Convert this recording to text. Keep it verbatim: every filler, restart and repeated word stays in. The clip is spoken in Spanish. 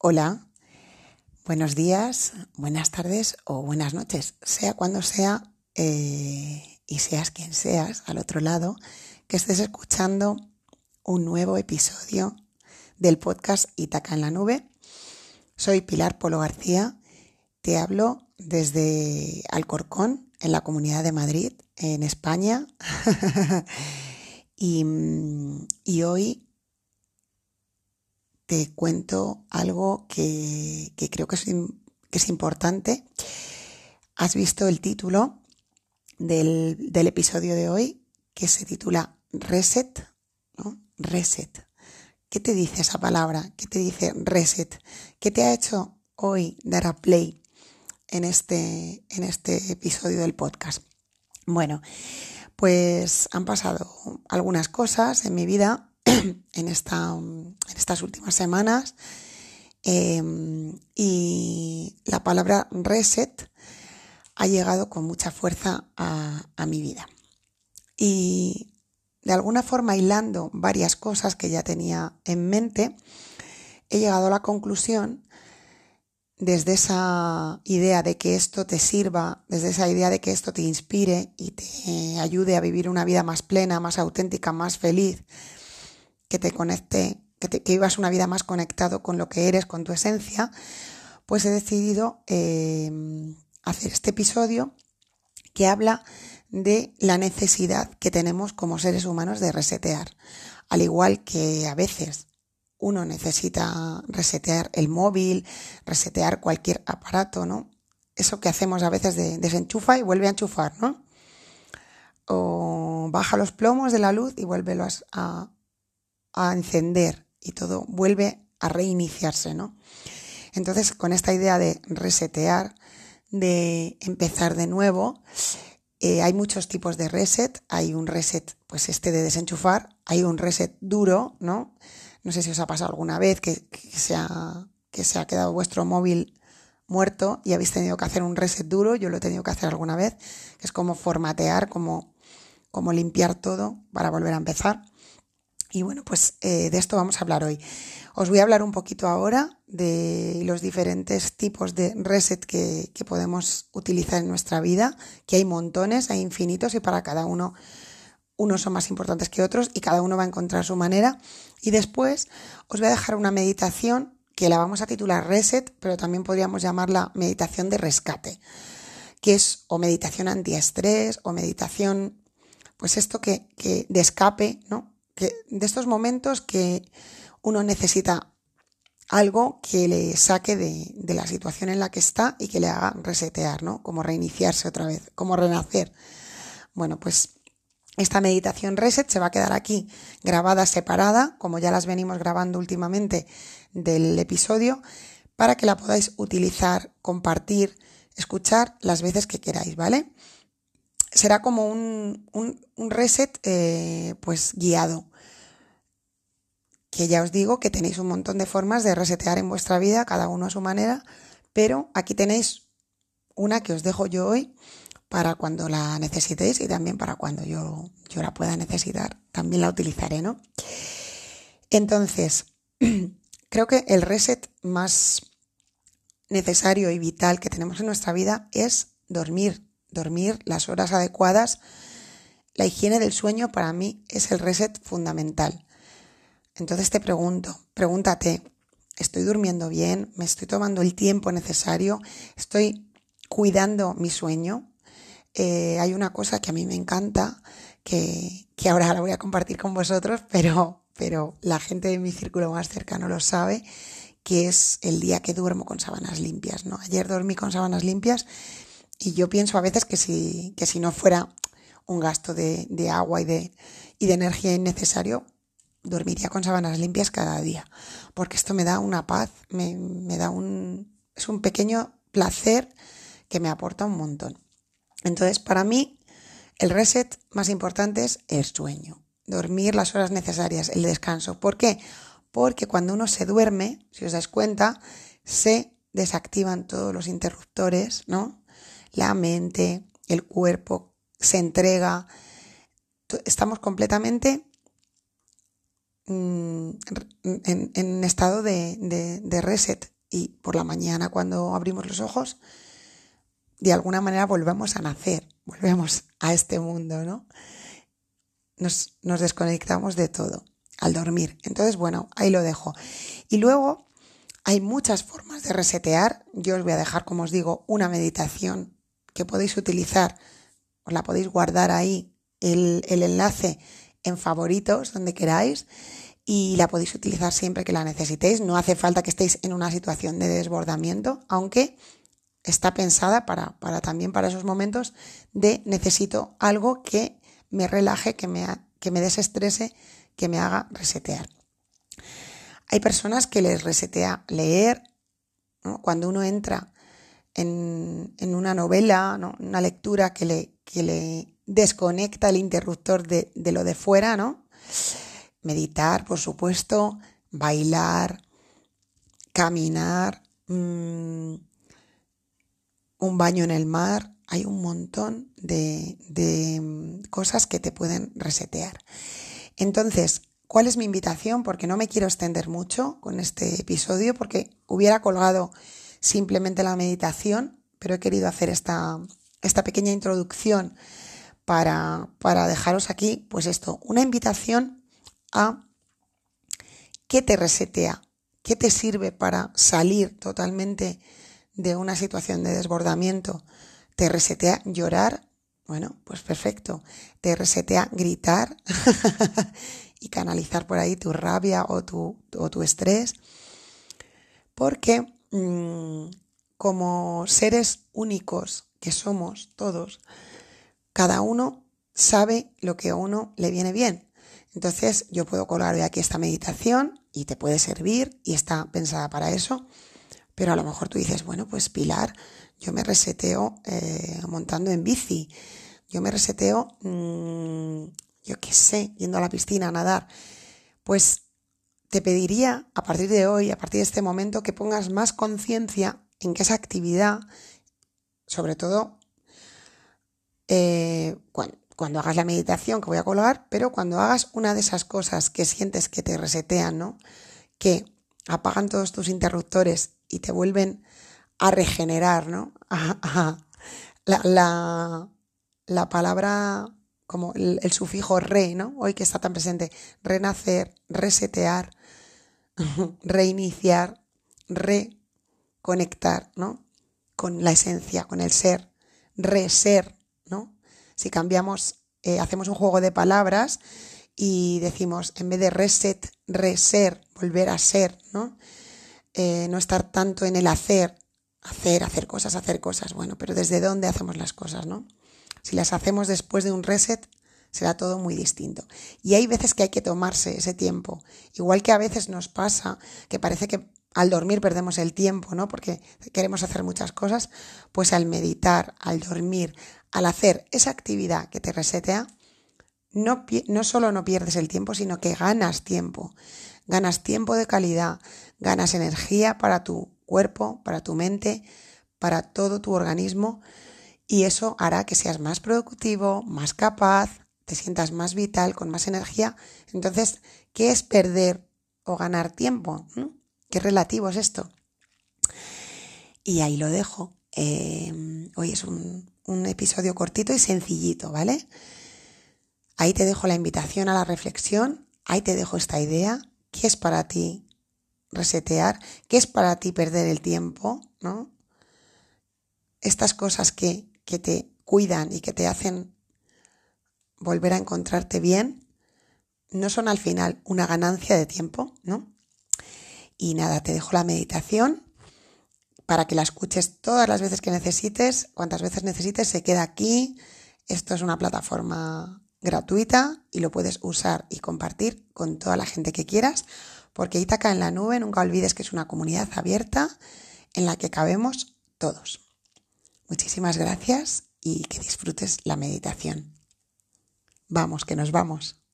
Hola, buenos días, buenas tardes o buenas noches, sea cuando sea eh, y seas quien seas al otro lado, que estés escuchando un nuevo episodio del podcast Ítaca en la Nube. Soy Pilar Polo García, te hablo desde Alcorcón, en la Comunidad de Madrid, en España, y, y hoy te cuento algo que, que creo que es, que es importante. Has visto el título del, del episodio de hoy, que se titula Reset, ¿no? Reset. ¿Qué te dice esa palabra? ¿Qué te dice reset? ¿Qué te ha hecho hoy dar a play en este, en este episodio del podcast? Bueno, pues han pasado algunas cosas en mi vida en, esta, en estas últimas semanas eh, y la palabra reset ha llegado con mucha fuerza a, a mi vida. Y de alguna forma, hilando varias cosas que ya tenía en mente, he llegado a la conclusión, desde esa idea de que esto te sirva, desde esa idea de que esto te inspire y te ayude a vivir una vida más plena, más auténtica, más feliz, que te conecte, que, te, que vivas una vida más conectado con lo que eres, con tu esencia, pues he decidido eh, hacer este episodio que habla de la necesidad que tenemos como seres humanos de resetear. Al igual que a veces uno necesita resetear el móvil, resetear cualquier aparato, ¿no? Eso que hacemos a veces de desenchufa y vuelve a enchufar, ¿no? O baja los plomos de la luz y vuélvelo a, a encender y todo vuelve a reiniciarse, ¿no? Entonces, con esta idea de resetear, de empezar de nuevo, eh, hay muchos tipos de reset. Hay un reset, pues este de desenchufar, hay un reset duro, ¿no? No sé si os ha pasado alguna vez que, que, se, ha, que se ha quedado vuestro móvil muerto y habéis tenido que hacer un reset duro. Yo lo he tenido que hacer alguna vez, que es como formatear, como, como limpiar todo para volver a empezar. Y bueno, pues eh, de esto vamos a hablar hoy. Os voy a hablar un poquito ahora de los diferentes tipos de reset que, que podemos utilizar en nuestra vida, que hay montones, hay infinitos y para cada uno, unos son más importantes que otros y cada uno va a encontrar su manera. Y después os voy a dejar una meditación que la vamos a titular Reset, pero también podríamos llamarla meditación de rescate, que es o meditación antiestrés o meditación, pues esto que, que de escape, ¿no? Que de estos momentos que uno necesita algo que le saque de, de la situación en la que está y que le haga resetear, ¿no? Como reiniciarse otra vez, como renacer. Bueno, pues esta meditación reset se va a quedar aquí grabada separada, como ya las venimos grabando últimamente del episodio, para que la podáis utilizar, compartir, escuchar las veces que queráis, ¿vale? Será como un, un, un reset eh, pues guiado, que ya os digo que tenéis un montón de formas de resetear en vuestra vida, cada uno a su manera, pero aquí tenéis una que os dejo yo hoy para cuando la necesitéis y también para cuando yo, yo la pueda necesitar, también la utilizaré, ¿no? Entonces, creo que el reset más necesario y vital que tenemos en nuestra vida es dormir, dormir las horas adecuadas. La higiene del sueño para mí es el reset fundamental. Entonces te pregunto, pregúntate, ¿estoy durmiendo bien? ¿Me estoy tomando el tiempo necesario? ¿Estoy cuidando mi sueño? Eh, hay una cosa que a mí me encanta, que, que ahora la voy a compartir con vosotros, pero, pero la gente de mi círculo más cercano lo sabe, que es el día que duermo con sábanas limpias, ¿no? Ayer dormí con sábanas limpias y yo pienso a veces que si, que si no fuera un gasto de, de agua y de, y de energía innecesario, dormiría con sábanas limpias cada día, porque esto me da una paz, me, me da un, es un pequeño placer que me aporta un montón. Entonces, para mí, el reset más importante es el sueño, dormir las horas necesarias, el descanso. ¿Por qué? Porque cuando uno se duerme, si os dais cuenta, se desactivan todos los interruptores, ¿no? La mente, el cuerpo se entrega, estamos completamente en, en estado de, de, de reset, y por la mañana cuando abrimos los ojos, de alguna manera volvemos a nacer, volvemos a este mundo, ¿no? Nos, nos desconectamos de todo al dormir. Entonces, bueno, ahí lo dejo. Y luego hay muchas formas de resetear. Yo os voy a dejar, como os digo, una meditación que podéis utilizar. Os la podéis guardar ahí, el, el enlace en favoritos, donde queráis, y la podéis utilizar siempre que la necesitéis. No hace falta que estéis en una situación de desbordamiento, aunque está pensada para, para también para esos momentos de necesito algo que me relaje, que me, que me desestrese, que me haga resetear. Hay personas que les resetea leer, ¿no? Cuando uno entra en, en una novela, ¿no? Una lectura que le, que le desconecta el interruptor de, de lo de fuera, ¿no? Meditar, por supuesto, bailar, caminar, mmm, un baño en el mar. Hay un montón de, de cosas que te pueden resetear. Entonces, ¿cuál es mi invitación? Porque no me quiero extender mucho con este episodio, porque hubiera colgado simplemente la meditación, pero he querido hacer esta, esta pequeña introducción para, para dejaros aquí, pues esto, una invitación a qué te resetea, qué te sirve para salir totalmente de una situación de desbordamiento. ¿Te resetea llorar? Bueno, pues perfecto. ¿Te resetea gritar y canalizar por ahí tu rabia o tu, o tu estrés? Porque mmm, como seres únicos que somos todos, cada uno sabe lo que a uno le viene bien. Entonces yo puedo colgar de aquí esta meditación y te puede servir y está pensada para eso. Pero a lo mejor tú dices, bueno, pues Pilar, yo me reseteo eh, montando en bici, yo me reseteo, mmm, yo qué sé, yendo a la piscina a nadar. Pues te pediría a partir de hoy, a partir de este momento, que pongas más conciencia en que esa actividad, sobre todo eh, cuando, cuando hagas la meditación que voy a colgar, pero cuando hagas una de esas cosas que sientes que te resetean, ¿no? Que apagan todos tus interruptores y te vuelven a regenerar, ¿no? A, a, la, la, la palabra, como el, el sufijo re, ¿no? Hoy que está tan presente, renacer, resetear, reiniciar, reconectar, ¿no? Con la esencia, con el ser, reser, ¿no? Si cambiamos, eh, hacemos un juego de palabras y decimos, en vez de reset, reser, volver a ser, ¿no? Eh, no estar tanto en el hacer, hacer, hacer cosas, hacer cosas, bueno, pero ¿desde dónde hacemos las cosas, no? Si las hacemos después de un reset, será todo muy distinto. Y hay veces que hay que tomarse ese tiempo, igual que a veces nos pasa que parece que al dormir perdemos el tiempo, ¿no? Porque queremos hacer muchas cosas, pues al meditar, al dormir, al hacer esa actividad que te resetea, no, no solo no pierdes el tiempo, sino que ganas tiempo. Ganas tiempo de calidad, ganas energía para tu cuerpo, para tu mente, para todo tu organismo, y eso hará que seas más productivo, más capaz, te sientas más vital, con más energía. Entonces, ¿qué es perder o ganar tiempo? ¿Mm? ¿Qué relativo es esto? Y ahí lo dejo. Eh, hoy es un, un episodio cortito y sencillito, ¿vale? Ahí te dejo la invitación a la reflexión, ahí te dejo esta idea. ¿Qué es para ti resetear? ¿Qué es para ti perder el tiempo, ¿no? Estas cosas que, que te cuidan y que te hacen volver a encontrarte bien, no son al final una ganancia de tiempo, ¿no? Y nada, te dejo la meditación para que la escuches todas las veces que necesites, cuantas veces necesites, se queda aquí. Esto es una plataforma gratuita y lo puedes usar y compartir con toda la gente que quieras, porque Ítaca en la Nube, nunca olvides que es una comunidad abierta en la que cabemos todos. Muchísimas gracias y que disfrutes la meditación. Vamos, que nos vamos.